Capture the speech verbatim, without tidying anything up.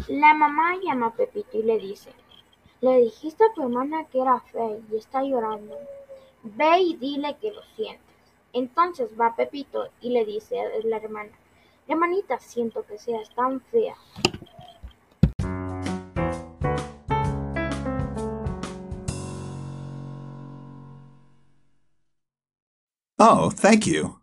La mamá llama a Pepito y le dice, le dijiste a tu hermana que era fea y está llorando. Ve y dile que lo sientes. Entonces va Pepito y le dice a la hermana, hermanita, siento que seas tan fea. Oh, thank you.